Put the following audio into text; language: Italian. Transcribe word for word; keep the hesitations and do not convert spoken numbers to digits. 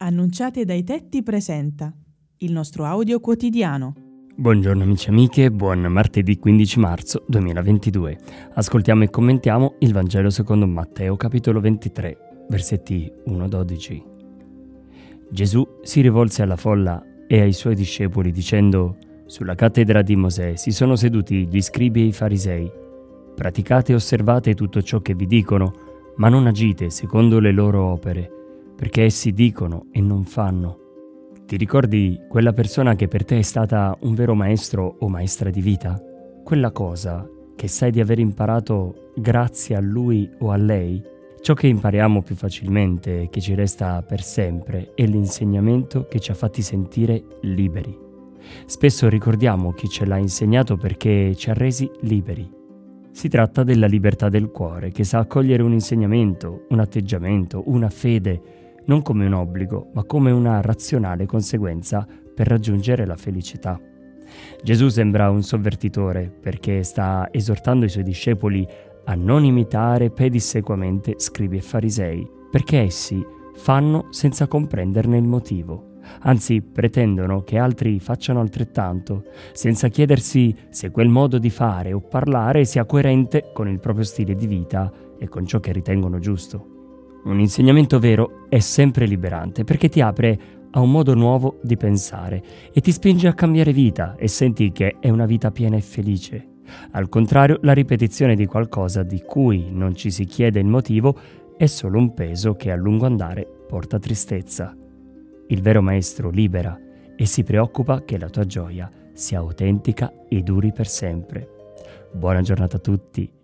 Annunciate dai tetti presenta il nostro audio quotidiano. Buongiorno amici e amiche, buon martedì quindici marzo duemilaventidue. Ascoltiamo e commentiamo il Vangelo secondo Matteo capitolo ventitré, versetti uno a dodici. Gesù si rivolse alla folla e ai suoi discepoli dicendo: «Sulla cattedra di Mosè si sono seduti gli scribi e i farisei. Praticate e osservate tutto ciò che vi dicono, ma non agite secondo le loro opere, perché essi dicono e non fanno». Ti ricordi quella persona che per te è stata un vero maestro o maestra di vita? Quella cosa che sai di aver imparato grazie a lui o a lei? Ciò che impariamo più facilmente e che ci resta per sempre è l'insegnamento che ci ha fatti sentire liberi. Spesso ricordiamo chi ce l'ha insegnato perché ci ha resi liberi. Si tratta della libertà del cuore che sa accogliere un insegnamento, un atteggiamento, una fede, non come un obbligo, ma come una razionale conseguenza per raggiungere la felicità. Gesù sembra un sovvertitore perché sta esortando i suoi discepoli a non imitare pedissequamente scribi e farisei, perché essi fanno senza comprenderne il motivo. Anzi, pretendono che altri facciano altrettanto, senza chiedersi se quel modo di fare o parlare sia coerente con il proprio stile di vita e con ciò che ritengono giusto. Un insegnamento vero è sempre liberante perché ti apre a un modo nuovo di pensare e ti spinge a cambiare vita e senti che è una vita piena e felice. Al contrario, la ripetizione di qualcosa di cui non ci si chiede il motivo è solo un peso che a lungo andare porta tristezza. Il vero maestro libera e si preoccupa che la tua gioia sia autentica e duri per sempre. Buona giornata a tutti